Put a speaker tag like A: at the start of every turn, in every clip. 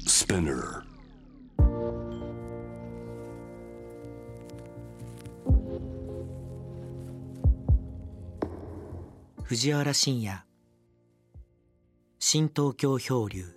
A: Spinner.
B: 藤原信也、新東京漂流。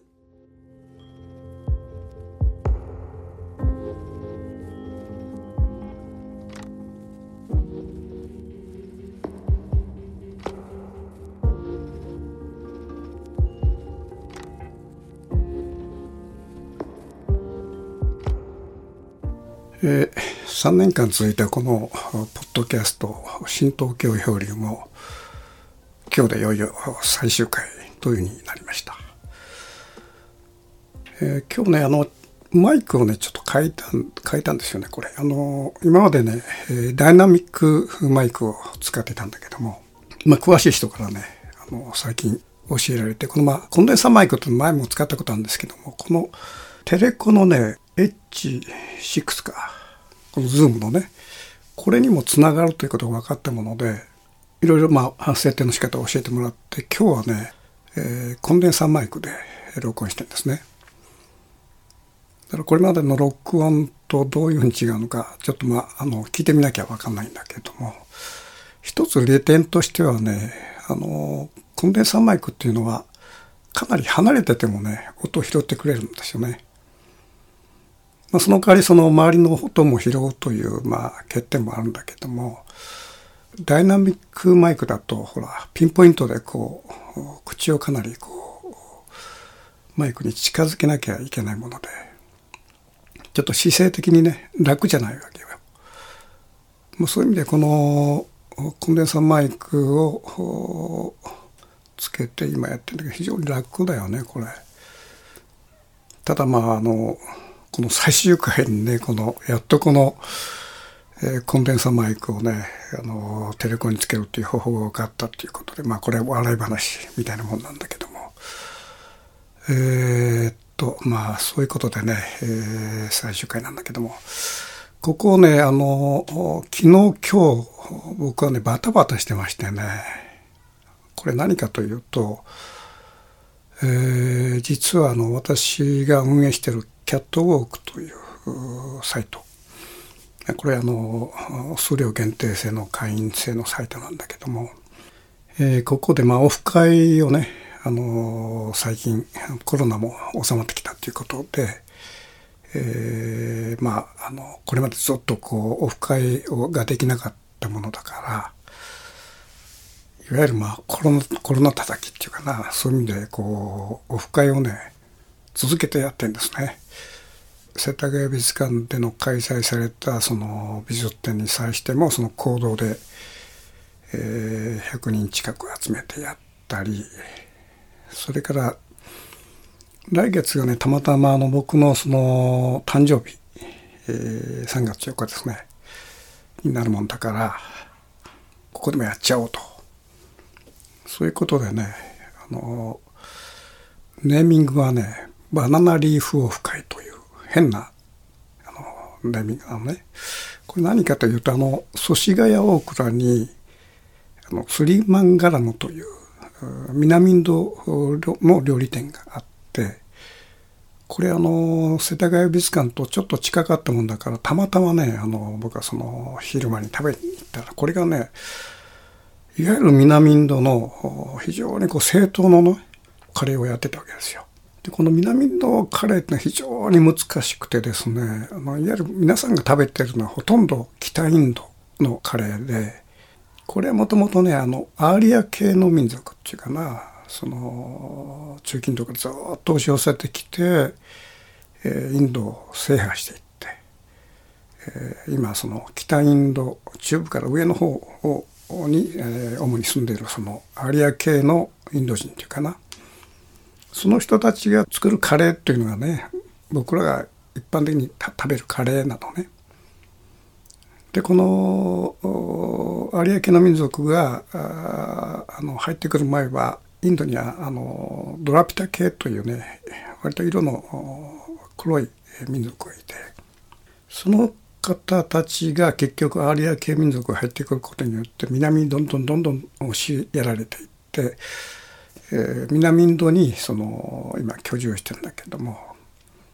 C: 3年間続いたこのポッドキャスト新東京漂流も今日でいよいよ最終回という風になりました。今日ねマイクをねちょっと変えたんですよね。これ今までねダイナミックマイクを使ってたんだけども、詳しい人からね最近教えられて、このコンデンサーマイクって前も使ったことあるんですけども、このテレコのねH6 か、このズームのねこれにもつながるということが分かったもので、いろいろ設定の仕方を教えてもらって、今日はね、コンデンサーマイクで録音してるんですね。だからこれまでの録音とどういうふうに違うのかちょっと聞いてみなきゃ分かんないんだけども、一つ利点としてはね、コンデンサーマイクっていうのはかなり離れててもね音を拾ってくれるんですよね。その代わりその周りの音も拾うという欠点もあるんだけども、ダイナミックマイクだとピンポイントで口をかなりマイクに近づけなきゃいけないもので、ちょっと姿勢的にね楽じゃないわけよ。そういう意味でこのコンデンサーマイクをつけて今やってるんだけど非常に楽だよねこれ。ただこの最終回にねやっとこの、コンデンサーマイクをねテレコにつけるっていう方法が分かったっていうことで、これは笑い話みたいなもんなんだけども、そういうことでね、最終回なんだけども、ここをね昨日今日僕はねバタバタしてましてね、これ何かというと、実は私が運営しているキャットウォークというサイト、これ数量限定制の会員制のサイトなんだけども、ここでオフ会をね最近コロナも収まってきたということで、これまでずっとオフ会ができなかったものだから、いわゆるコロナ叩きっていうかな、そういう意味でオフ会をね続けてやってるんですね。世田谷美術館での開催されたその美術展に際してもその行動で、100人近く集めてやったり、それから来月がねたまたま僕のその誕生日、3月4日ですねになるもんだから、ここでもやっちゃおうと、そういうことでねネーミングはねバナナリーフオフ会という変なネーミングなのね。これ何かというと祖師ヶ谷大倉にスリマンガラムという南インドの料理店があって、これ世田谷美術館とちょっと近かったもんだから、たまたまね僕はその昼間に食べに行ったら、これがねいわゆる南インドの非常に正統のカレーをやってたわけですよ。でこの南インドカレーってのは非常に難しくてですね、いわゆる皆さんが食べてるのはほとんど北インドのカレーで、これはもともとねアーリア系の民族っていうかな、その中近東からずっと押し寄せてきて、インドを制覇していって、今その北インド中部から上の方に、主に住んでいるそのアーリア系のインド人っていうかな、その人たちが作るカレーっていうのがね、僕らが一般的に食べるカレーなのね。でこの有明の民族が入ってくる前は、インドにはドラピタ系というね割と色の黒い民族がいて、その方たちが結局有明民族が入ってくることによって南にどんどん押しやられていって、南インドに今居住してるんだけども、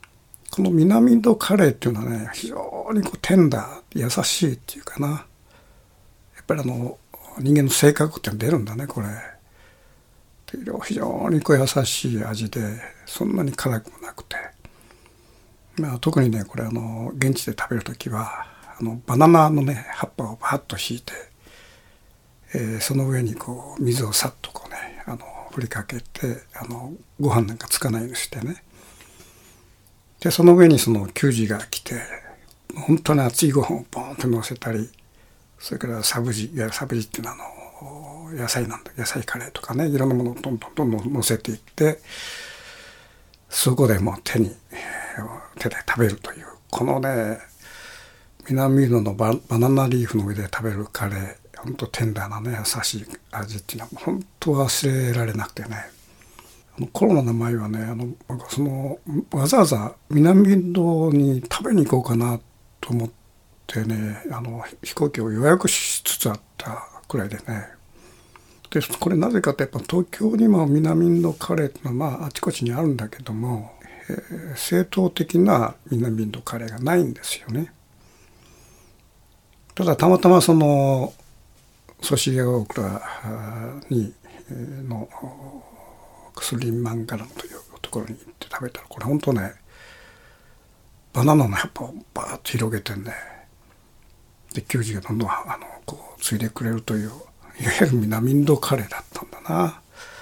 C: この南インドカレーっていうのはね、非常にこうテンダー、優しいっていうかな。やっぱり人間の性格って出るんだね、これ。非常にこう優しい味で、そんなに辛くもなくて。まあ、特にね、これ現地で食べるときは、バナナのね、葉っぱをバーッと敷いて、その上にこう水をさっとこうね振りかけてご飯なんかつかないようにしてね、でその上にその給仕が来て本当に熱いご飯をポンと乗せたり、それからサブジっていうのは野菜カレーとかね、いろんなものをどんどん乗せていって、そこでもう手で食べるという、このね南インドのバナナリーフの上で食べるカレー、本当テンダーなね優しい味っていうのは本当忘れられなくてね、コロナの前はねわざわざ南インドに食べに行こうかなと思ってね、飛行機を予約しつつあったくらいでね、でこれなぜかとやっぱ東京にも南インドカレーっていうのはあちこちにあるんだけども、正統的な南インドカレーがないんですよね。ただたまたまソシエオクラにのスリンマンガラムというところに行って食べたら、これ本当ねバナナの葉っぱをバーッと広げてね、で給仕がどんどんこうついでくれるという、いわゆる南インドカレーだったんだな。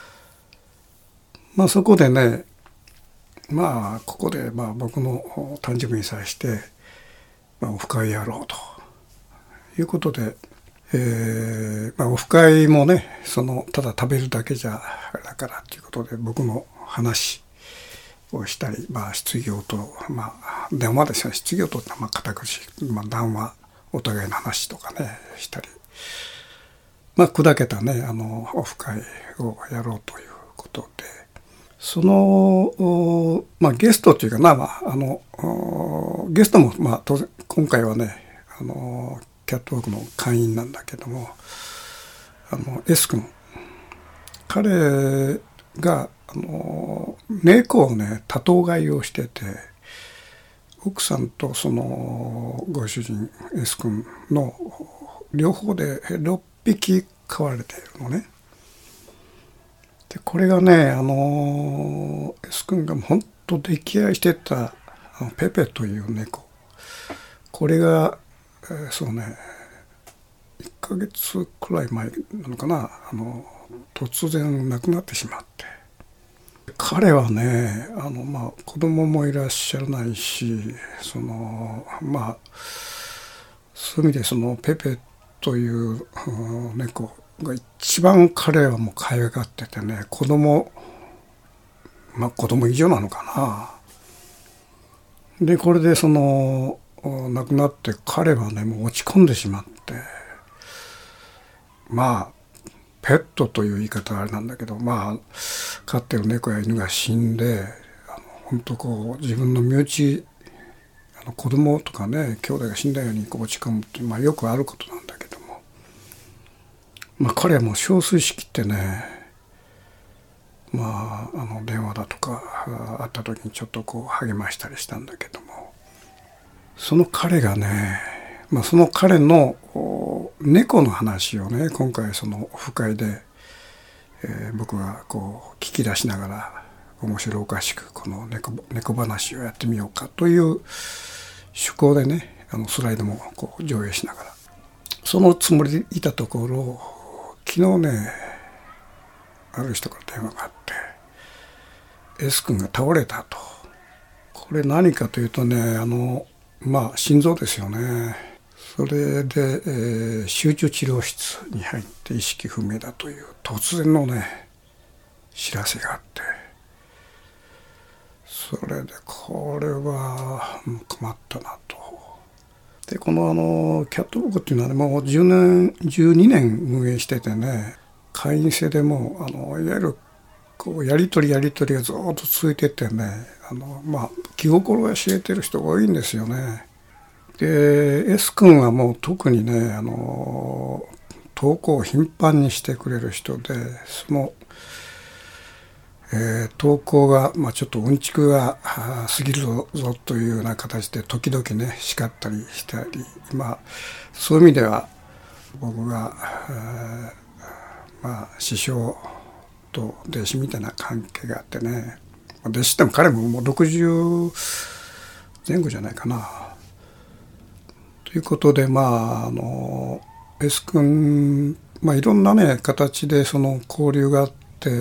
C: まあそこでね、まあここで僕の誕生日に際して、オフ会やろうということで、オフ会もねただ食べるだけじゃだからということで、僕の話をしたり、質疑応答、電話ですよね。質疑応答って堅苦しい、談話、お互いの話とかねしたり、砕けたねオフ会をやろうということで、ゲストというかゲストも当然今回はねキャットウォークの会員なんだけども、S 君、彼が猫をね多頭飼いをしてて、奥さんとご主人 S 君の両方で6匹飼われているのね。でこれがねS 君が本当溺愛してたペペという猫、これが1ヶ月くらい前なのかな、突然亡くなってしまって、彼はね子供もいらっしゃらないし、そういう意味でペペという猫が一番彼はもう可愛がっててね、子供以上なのかな。でこれで亡くなって彼はねもう落ち込んでしまって、ペットという言い方はあれなんだけど、飼ってる猫や犬が死んで、本当こう自分の身内子供とかね兄弟が死んだように落ち込むって、よくあることなんだけども、彼はもう憔悴しきってね、電話だとか会った時にちょっとこう励ましたりしたんだけども、その彼がね、その彼の猫の話をね今回オフ会で、僕がこう聞き出しながら面白おかしくこの猫話をやってみようかという趣向でねスライドもこう上映しながら、そのつもりでいたところ、昨日ねある人から電話があって、 S 君が倒れたと。これ何かというとね心臓ですよね。それで、集中治療室に入って意識不明だという突然のね知らせがあって、それでこれは困ったなと。でこのキャットウォークっていうのはねもう12年運営しててね、会員制でもいわゆるこうやり取りがずっと続いててね、気心が知れてる人が多いんですよね。で S 君はもう特にね投稿を頻繁にしてくれる人で、 投稿が、ちょっとうんちくが過ぎるぞというような形で時々ね叱ったりしたり、そういう意味では僕が、師匠と弟子みたいな関係があってね、弟子っても彼ももう60前後じゃないかな。ということでS 君、いろんなね形でその交流があって、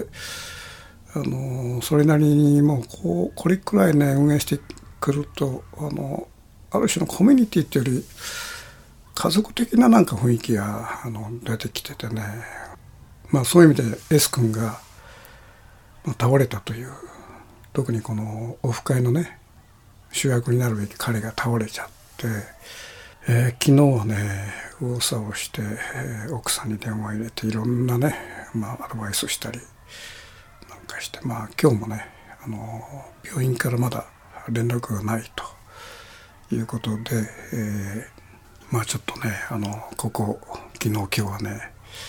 C: それなりにもうこれくらいね運営してくるとある種のコミュニティっていうより家族的ななんか雰囲気が出てきててね、そういう意味で S 君が倒れたという、特にこのオフ会のね主役になるべき彼が倒れちゃって、昨日はね右往左往して、奥さんに電話入れていろんなね、アドバイスしたりなんかして、今日もね病院からまだ連絡がないということで、ちょっとね昨日今日はね、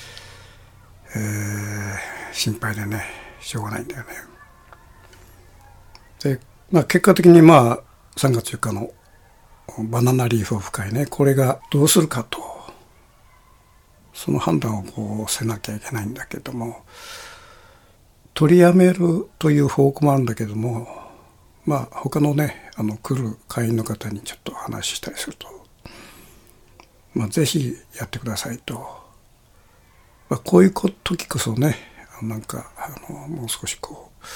C: 心配でねしょうがないんだよね。で、結果的に3月4日のバナナリーフオフ会ね、これがどうするかと、その判断をせなきゃいけないんだけども、取りやめるという方向もあるんだけども、他のね来る会員の方にちょっと話したりすると、ぜひやってくださいと、こういう時こそねもう少し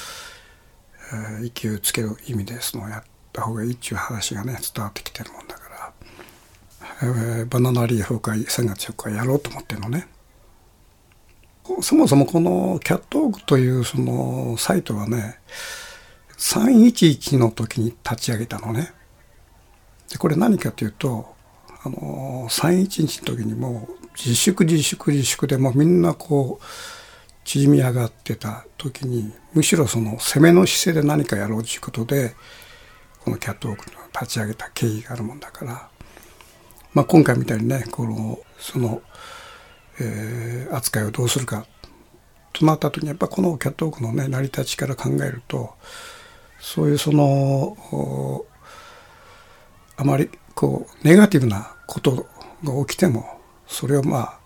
C: 勢いをつける意味でやった方がいいっていう話がね伝わってきてるもんだから、バナナリーフ会3月4日やろうと思ってるのね。そもそもこのキャットオークというそのサイトはね311の時に立ち上げたのね。でこれ何かというと311の時にもう自粛でもうみんな縮み上がってた時に、むしろその攻めの姿勢で何かやろうということでこのキャットウォークを立ち上げた経緯があるもんだから、今回みたいにね扱いをどうするかとなった時に、やっぱこのキャットウォークのね成り立ちから考えると、そういうあまりネガティブなことが起きてもそれを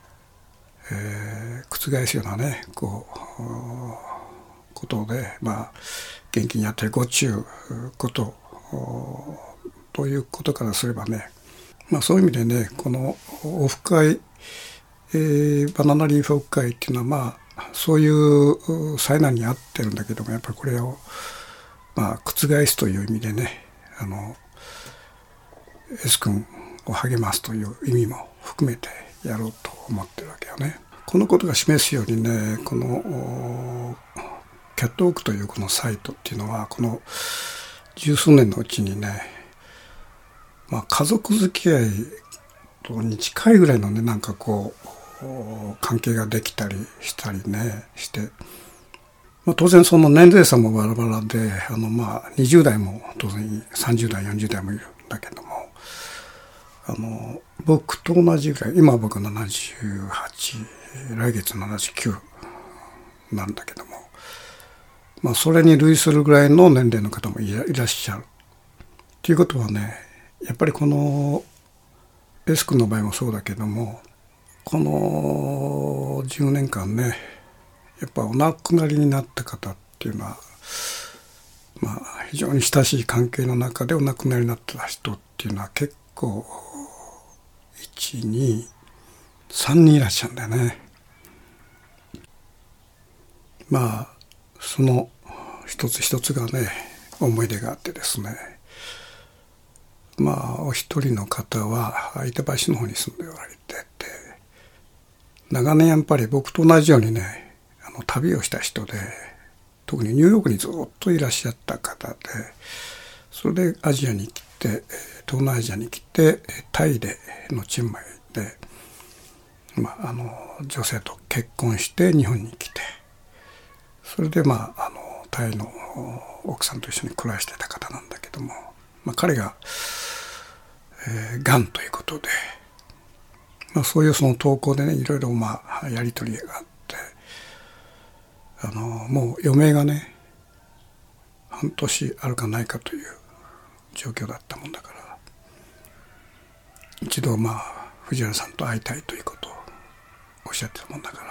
C: 覆すようなねことで元気にやっていこうということということからすればね、そういう意味でねこのオフ会、バナナリーフオフ会っていうのはそういう災難に合ってるんだけども、やっぱりこれを覆すという意味でねS 君を励ますという意味も含めてやろうと思ってるわけよね。このことが示すようにね、このキャットウォークというこのサイトっていうのはこの十数年のうちにね、家族付き合いに近いぐらいのね関係ができたりしたりねして、当然その年齢差もバラバラで20代も当然30代40代もいるんだけども、僕と同じぐらい、今僕78、来月79なんだけども、それに類するぐらいの年齢の方もいらっしゃるということはね、やっぱりこの S 君の場合もそうだけども、この10年間ねやっぱお亡くなりになった方っていうのは非常に親しい関係の中でお亡くなりになった人っていうのは結構1、2、3人いらっしゃるんだよね。その一つ一つがね思い出があってですね、お一人の方は板橋の方に住んでおられてて、長年やっぱり僕と同じようにね旅をした人で、特にニューヨークにずっといらっしゃった方で、それでアジアに来て東南アジアに来てタイのチェンマイで、女性と結婚して日本に来て、それでタイの奥さんと一緒に暮らしてた方なんだけども、彼ががんということで、そういうその投稿でねいろいろやり取りがあって、もう余命がね半年あるかないかという状況だったもんだから、一度藤原さんと会いたいということをおっしゃってたもんだから、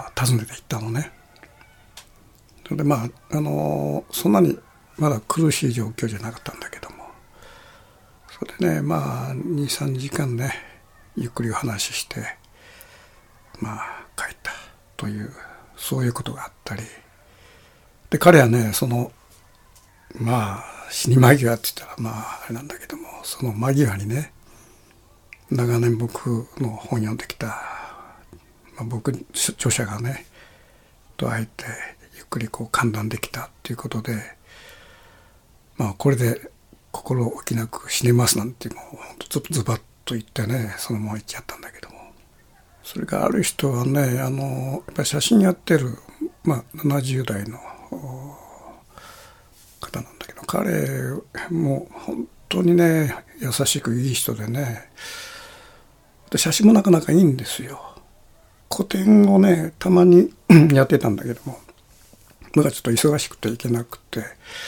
C: 訪ねて行ったのね。それでそんなにまだ苦しい状況じゃなかったんだけども、それでね2、3時間ねゆっくりお話しして帰ったという、そういうことがあったりで、彼はね死に間際って言ったらあれなんだけども、その間際にね長年僕の本読んできた、僕著者がねと会えてゆっくり歓談できたっていうことで、これで心置きなく死ねますなんてもうズバッと言ってね、そのまま言っちゃったんだけども、それがある人はねやっぱり写真やってる70代の方なんだけど、彼も本当にね優しくいい人でね、で写真もなかなかいいんですよ。個展をねたまにやってたんだけども、僕はちょっと忙しくて行けなくて、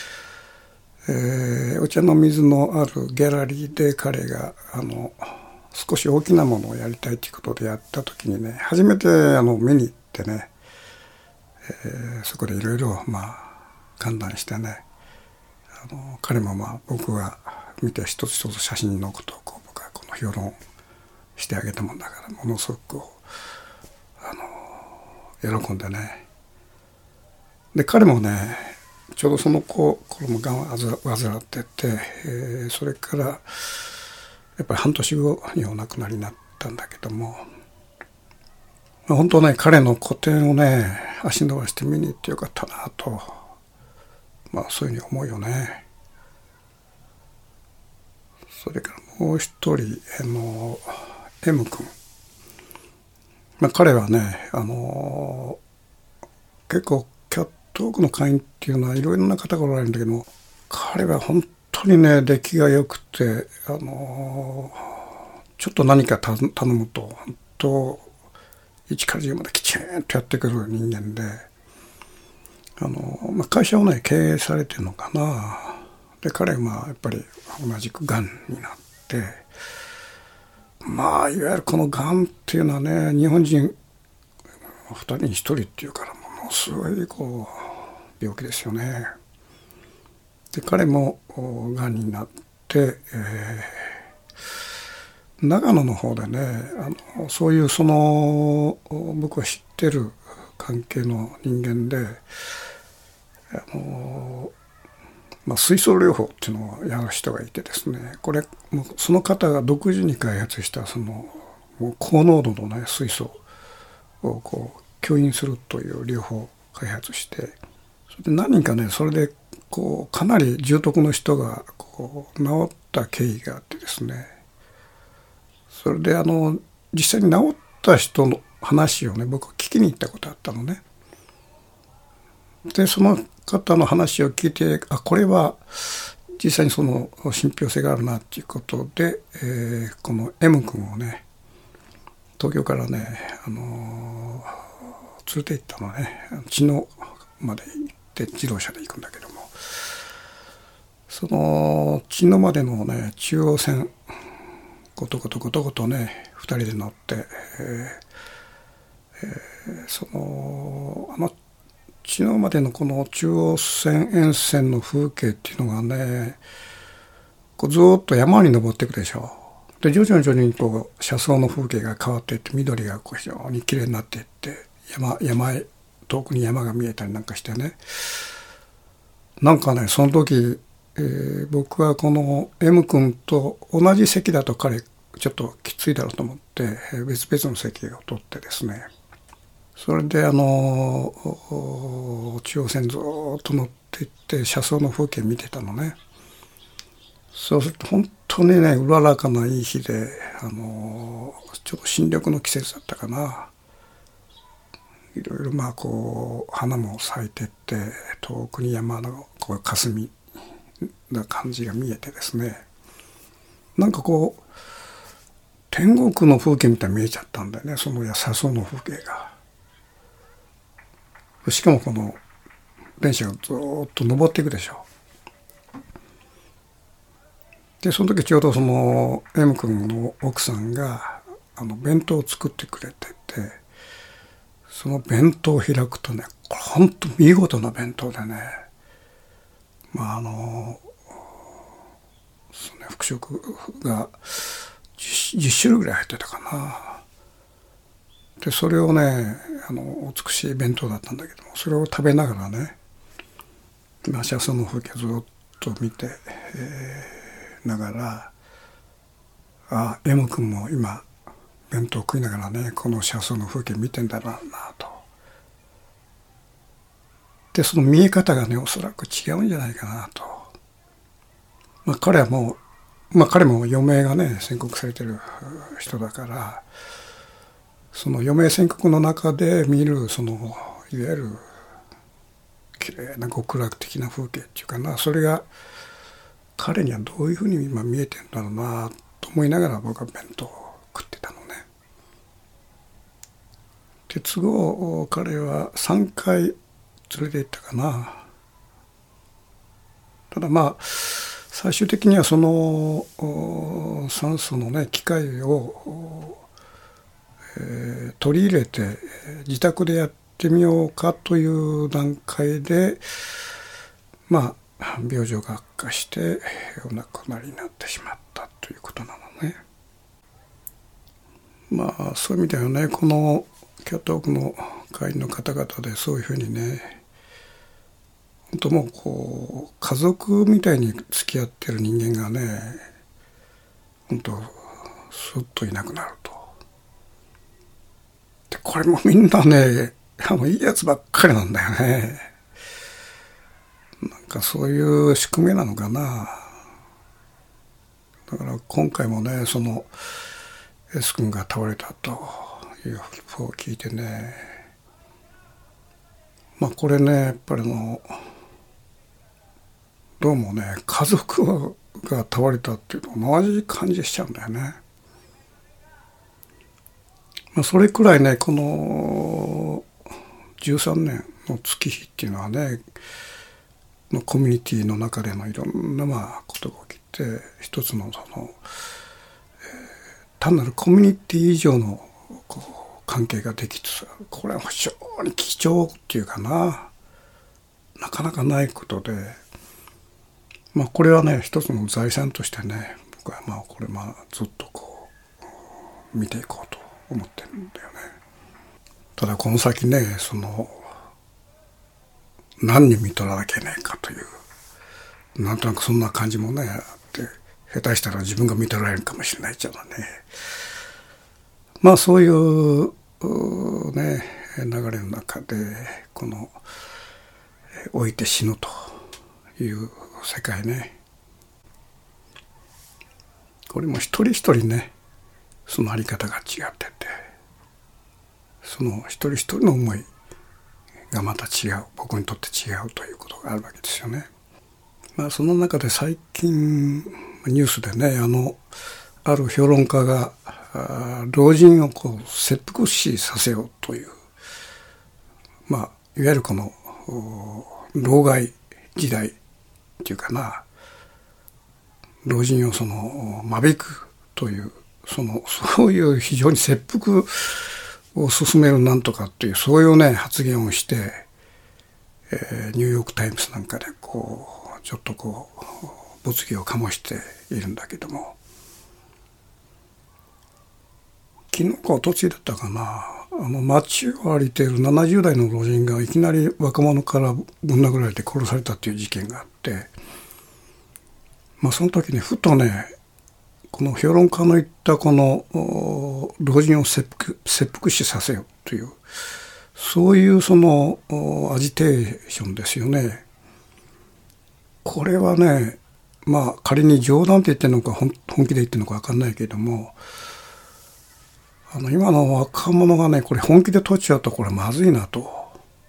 C: お茶の水のあるギャラリーで彼が少し大きなものをやりたいということでやった時にね、初めて見に行ってね、そこでいろいろ歓談してね、彼も僕が見て一つ一つ写真のことを僕はこの評論してあげたもんだから、ものすごく喜んでね。で彼もねちょうどその頃もがんを患ってて、それからやっぱり半年後にお亡くなりになったんだけども、本当ね彼の個展をね足伸ばして見に行ってよかったなと、そういうふうに思うよね。それからもう一人M 君、彼はね結構キャットウォークの会員っていうのはいろいろな方がおられるんだけども、彼は本当にね出来が良くて、ちょっと何か頼むと本当1から10まできちんとやってくる人間で、会社をね経営されてるのかな。で彼はやっぱり同じくがんになって、いわゆるこのがんっていうのはね日本人2人に1人っていうからものすごい病気ですよね。で彼もがんになって、長野の方でねそういう僕は知ってる関係の人間で水素療法っていうのをやる人がいてですね、これその方が独自に開発したもう高濃度のね水素を吸引するという療法を開発して、それで何人かねそれでかなり重篤の人が治った経緯があってですね、それで実際に治った人の話をね僕は聞きに行ったことあったのね。でその方の話を聞いて、これは実際にその信憑性があるなっていうことで、この M 君をね東京からね、連れて行ったのね。茅野まで行って自動車で行くんだけども、その茅野までのね中央線ごとね2人で乗って、茅野までのこの中央線沿線の風景っていうのがねずっと山に登っていくでしょ。で徐々に車窓の風景が変わっていって、緑が非常に綺麗になっていって、山へ遠くに山が見えたりなんかしてね、なんかねその時、僕はこの M 君と同じ席だと彼ちょっときついだろうと思って、別々の席を取ってですね、それで中央線ずっと乗っていって車窓の風景見てたのね。そうすると本当にねうららかないい日で、ちょっと新緑の季節だったかな。いろいろ花も咲いてって、遠くに山の霞な感じが見えてですね、なんか天国の風景みたいに見えちゃったんだよね、その車窓の風景が。しかも電車がずっと登っていくでしょ。でその時ちょうどその M 君の奥さんが弁当を作ってくれてて、その弁当を開くとね、これ本当見事な弁当でね、服飾が 10種類ぐらい入ってたかな。でそれをね、美しい弁当だったんだけども、それを食べながらね、車窓の風景ずっと見て、ながら、M 君も今弁当食いながらね、この車窓の風景見てんだろうなと。でその見え方がね、おそらく違うんじゃないかなと。彼も余命がね宣告されてる人だから、その余命宣告の中で見るそのいわゆる綺麗な極楽的な風景っていうかな、それが彼にはどういうふうに今見えてんだろうなと思いながら僕は弁当を食ってたのね。で都合彼は3回連れて行ったかな。ただ最終的にはその酸素のね機械を、取り入れて自宅でやってみようかという段階で病状が悪化してお亡くなりになってしまったということなのね。そういう意味ではね、このキャットウォークの会員の方々でそういうふうにね、本当もうこう家族みたいに付き合ってる人間がね、本当スッといなくなると。でこれもみんなね、いいやつばっかりなんだよね。なんかそういう宿命なのかな。だから今回もね、その S 君が倒れたということを聞いてね、これね、やっぱりどうもね、家族が倒れたっていうの同じ感じしちゃうんだよね。それくらいね、この13年の月日っていうのはね、のコミュニティの中でのいろんなことが起きて、一つの単なるコミュニティ以上の関係ができつつある。これは非常に貴重っていうかなかなかないことで、これはね一つの財産としてね、僕はこれずっとこう見ていこうと思ってるんだよね。ただこの先ね、何に見とらなきゃいけないかという、なんとなくそんな感じもねあって、下手したら自分が見とられるかもしれないっちゃうのね。そういうね流れの中で、この老いて死ぬという世界ね、これも一人一人ね、そのあり方が違ってて、その一人一人の思いがまた違う、僕にとって違うということがあるわけですよね。その中で最近ニュースでね、ある評論家が老人をこう切腹死させようという、いわゆるこの老害時代っていうかな、老人を間引くという、そういう非常に切腹を進めるなんとかっていう、そういうね発言をして、ニューヨークタイムズなんかでこうちょっとこう物議を醸しているんだけども、昨日かおとついだったかな、街を歩いている70代の老人がいきなり若者からぶん殴られて殺されたという事件があって、その時にふとね、この評論家の言ったこの老人を切腹死させよという、そういうアジテーションですよね。これはね、仮に冗談って言ってるのか本気で言ってるのか分かんないけれども、今の若者がね、これ本気で取っちゃうとこれまずいなと。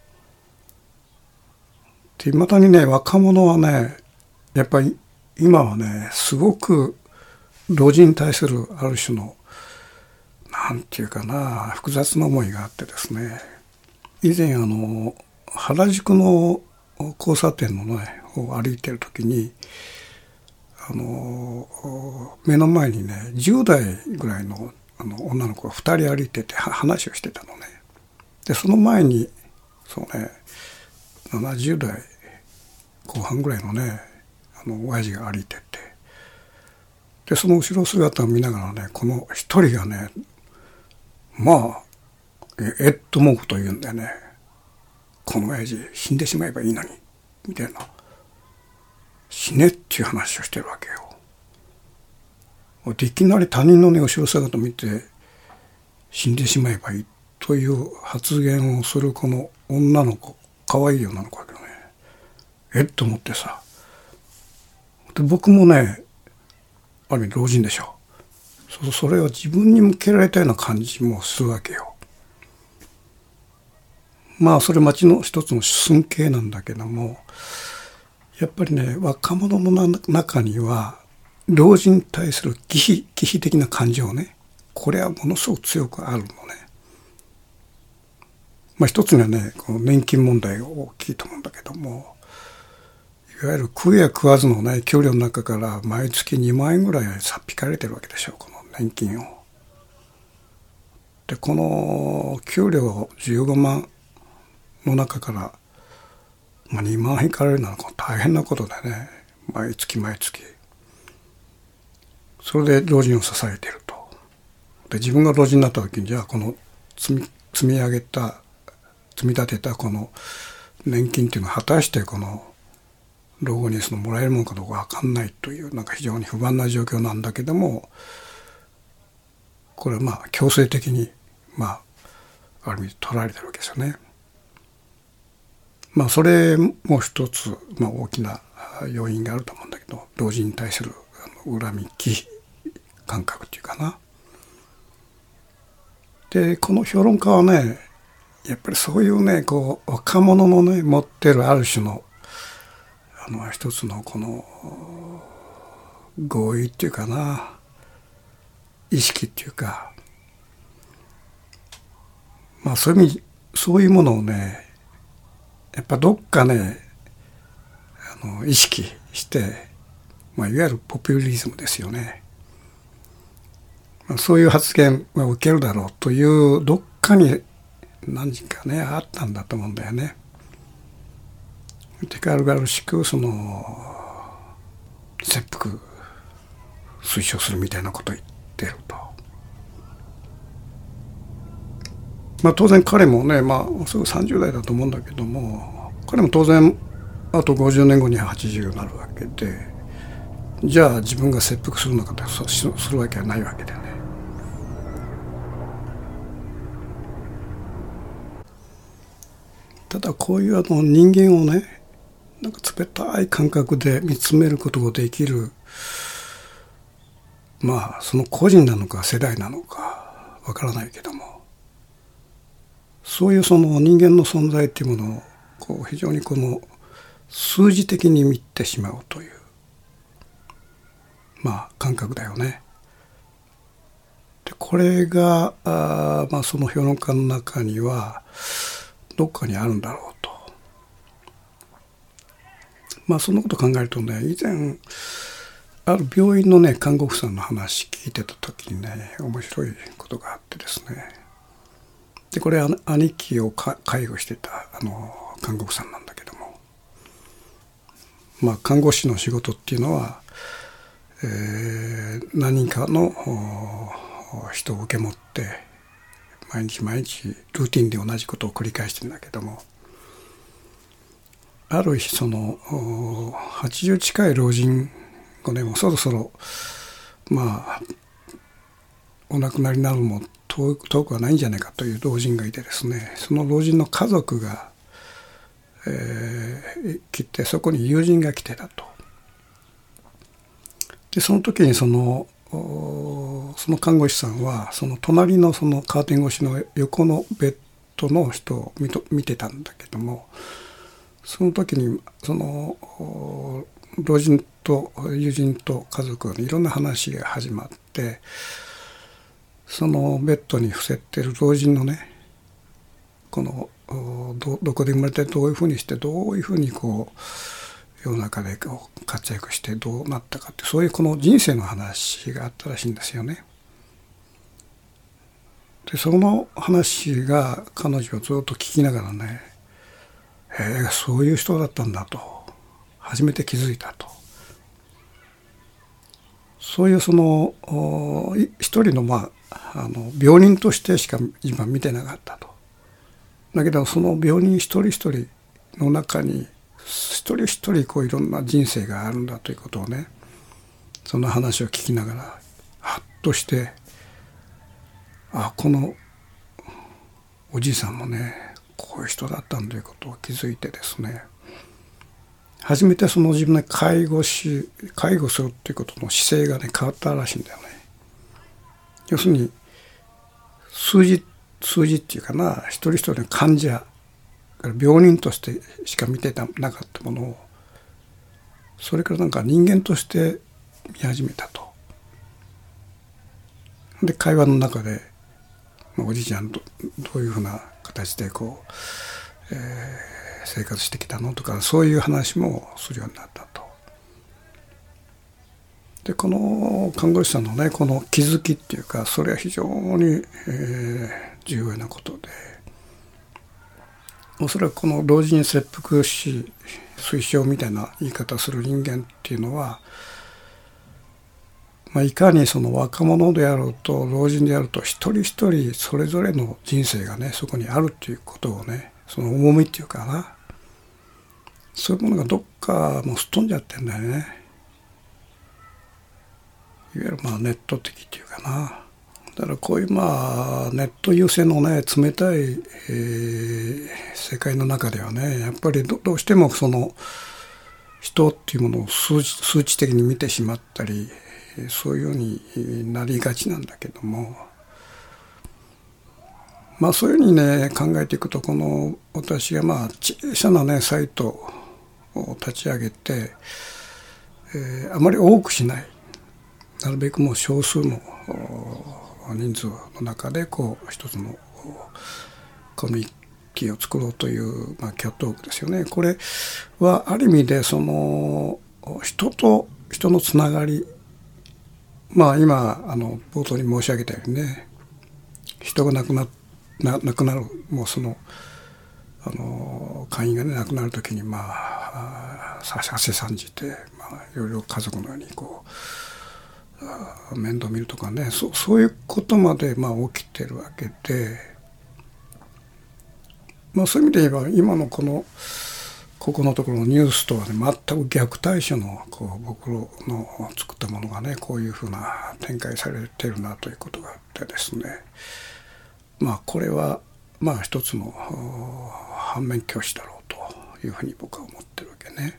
C: で、未だにね、若者はね、やっぱり今はね、すごく老人に対するある種のなんていうかな、複雑な思いがあってですね、以前原宿の交差点のねを歩いてる時に目の前にね10代ぐらいの女の子が2人歩いてて話をしてたのね。でその前にそうね70代後半ぐらいのね親父が歩いてて、でその後ろ姿を見ながらねこの一人がねまあと思うことを言うんだよね。この親父死んでしまえばいいのにみたいな、死ねっていう話をしてるわけよ。でいきなり他人のね後ろ姿を見て死んでしまえばいいという発言をするこの女の子、可愛い女の子だけどね、と思ってさ、で僕もねある意味老人でしょ。それを自分に向けられたような感じもするわけよ。まあそれ町の一つの寸景なんだけども、やっぱりね若者の中には老人に対する忌避的な感情ね、これはものすごく強くあるのね。まあ一つにはねこの年金問題が大きいと思うんだけども、いわゆる食うや食わずのね給料の中から毎月2万円ぐらいさっ引かれてるわけでしょ、この年金を。でこの給料15万の中から、2万引かれるのは大変なことでね、毎月毎月。それで老人を支えていると。で自分が老人になった時にじゃあこの積み立てたこの年金っていうのは果たしてこの老後にもらえるものかどうか分かんないというなんか非常に不安な状況なんだけども、これは強制的にある意味取られてるわけですよね。それも一つ、大きな要因があると思うんだけど、老人に対する恨み忌避感覚っていうかな。でこの評論家はねやっぱりそういうね若者のね持ってるある種の一つのこの合意っていうかな、意識っていうか、そういうものをねやっぱどっかね意識して、いわゆるポピュリズムですよね。そういう発言は受けるだろうというどっかに何時かねあったんだと思うんだよね。で軽々しく切腹推奨するみたいなことを言ってると。当然彼もねすぐ30代だと思うんだけども、彼も当然あと50年後には80になるわけで、じゃあ自分が切腹するのかとするわけはないわけでね。ただこういう人間をねなんか冷たい感覚で見つめることができる、その個人なのか世代なのかわからないけども、そういうその人間の存在っていうものを非常に数字的に見てしまうという感覚だよね。でこれがその評論家の中にはどっかにあるんだろうと。そんなこと考えるとね、以前ある病院のね看護婦さんの話聞いてた時にね面白いことがあってですね。でこれ兄貴を介護してた看護婦さんなんだけども、看護師の仕事っていうのは、何人かの人を受け持って毎日毎日ルーティンで同じことを繰り返してるんだけども、ある日80近い老人がねもうそろそろお亡くなりになるのも遠くはないんじゃないかという老人がいてですね、その老人の家族が、来て、そこに友人が来てたと。でその時にその看護師さんはその隣のそのカーテン越しの横のベッドの人を見てたんだけども、その時にその老人と友人と家族のいろんな話が始まって、そのベッドに伏せってる老人のねこのどこで生まれてどういうふうにしてどういうふうにこう世の中でこう活躍してどうなったかって、そういうこの人生の話があったらしいんですよね。でその話が彼女はずっと聞きながらね、そういう人だったんだと初めて気づいたと。そういうその一人の病人としてしか今見てなかったと。だけどその病人一人一人の中に一人一人こういろんな人生があるんだということをね、その話を聞きながらハッとして、このおじいさんもねこういう人だったんだということを気づいてですね、初めてその自分で介護するっていうことの姿勢がね変わったらしいんだよね。要するに数字っていうかな、一人一人の患者病人としてしか見てなかったものを、それからなんか人間として見始めたと。で会話の中で、おじいちゃんどういうふうな形でこう、生活してきたのとか、そういう話もするようになったと。でこの看護師さんのねこの気づきっていうか、それは非常に、重要なことで、おそらくこの老人切腹死推奨みたいな言い方する人間っていうのは、いかにその若者であろうと老人であると一人一人それぞれの人生がねそこにあるっていうことをね、その重みっていうかな、そういうものがどっかもうすっ飛んじゃってんだよね。いわゆるネット的っていうかな。だからこういうネット優先のね冷たい、世界の中ではね、やっぱりどうしてもその人っていうものを数値的に見てしまったり、そういうようになりがちなんだけども、そういうふうにね考えていくと、この私が小さなねサイトを立ち上げて、あまり多くしない、なるべくもう少数の人数の中でこう一つのコミュニティを作ろうという、キャットウォークですよね。これはある意味でその人と人のつながり、今冒頭に申し上げたようにね、人が亡くなる、もうその会員がね亡くなる時に汗さんじて、いろいろ家族のようにこう面倒見るとかね、そういうことまで起きてるわけで、そういう意味で言えば今のここのところのニュースとはね全く逆対処の僕の作ったものがねこういうふうな展開されてるなということがあってですね、これは一つの反面教師だろうというふうに僕は思ってるわけね。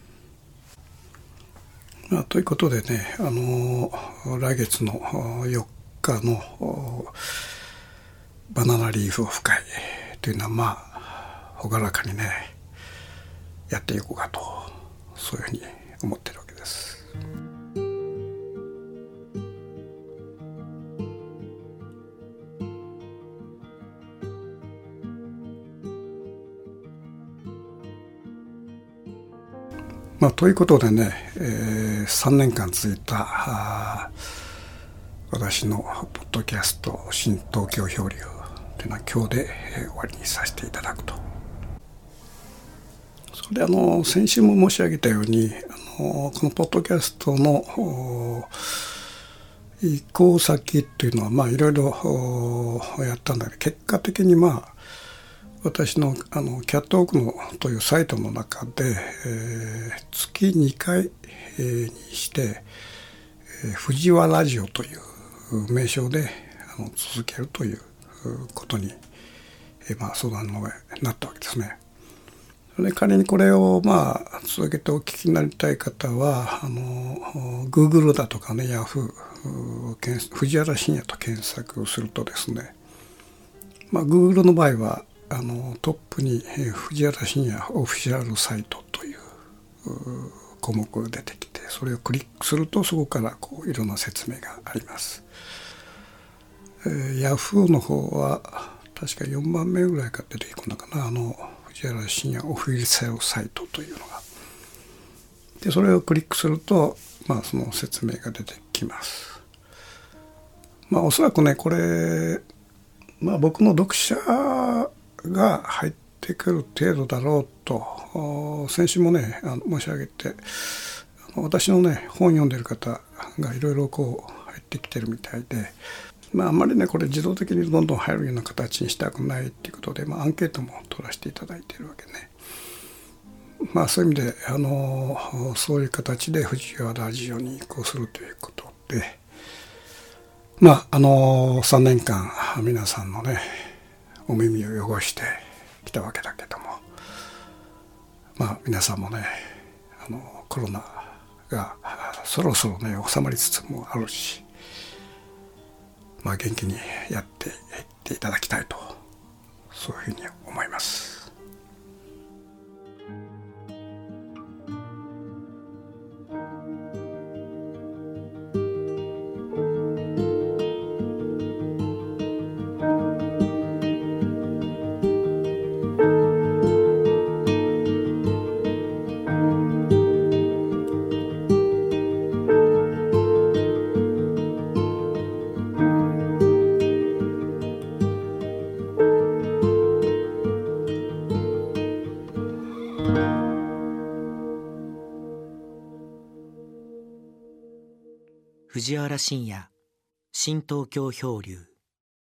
C: ということでね、来月の4日のバナナリーフオフ会というのは朗らかにねやっていこうかと、そういうふうに思ってるわけです。ということでね、3年間続いた私のポッドキャスト新東京漂流というのは今日で終わりにさせていただくと。それで先週も申し上げたようにこのポッドキャストの移行先っていうのはいろいろやったんだけど、結果的に私のキャットウォークのというサイトの中で、月2回、にして藤原ラジオという名称で続けるということに、相談の上になったわけですね。で仮にこれを続けてお聞きになりたい方はGoogle だとかね Yahoo 藤原信也と検索するとですね、Google の場合はトップに藤原信也オフィシャルサイトという項目が出てきて、それをクリックするとそこからいろんな説明があります。Yahoo の方は確か4番目ぐらいから出てこなかな、藤原信也オフィシャルサイトというのが。でそれをクリックすると、その説明が出てきます。おそらくねこれ、僕の読者が入ってくる程度だろうと先週もね申し上げて、私のね本読んでる方がいろいろこう入ってきてるみたいで、あんまりねこれ自動的にどんどん入るような形にしたくないっていうことで、アンケートも取らせていただいているわけね。そういう意味でそういう形で藤原ラジオに移行するということで、3年間皆さんのねお耳を汚してきたわけだけども、皆さんもねコロナがそろそろね収まりつつもあるし、元気にやっていっていただきたいと、そういうふうに思います。
B: 藤原信也新東京漂流。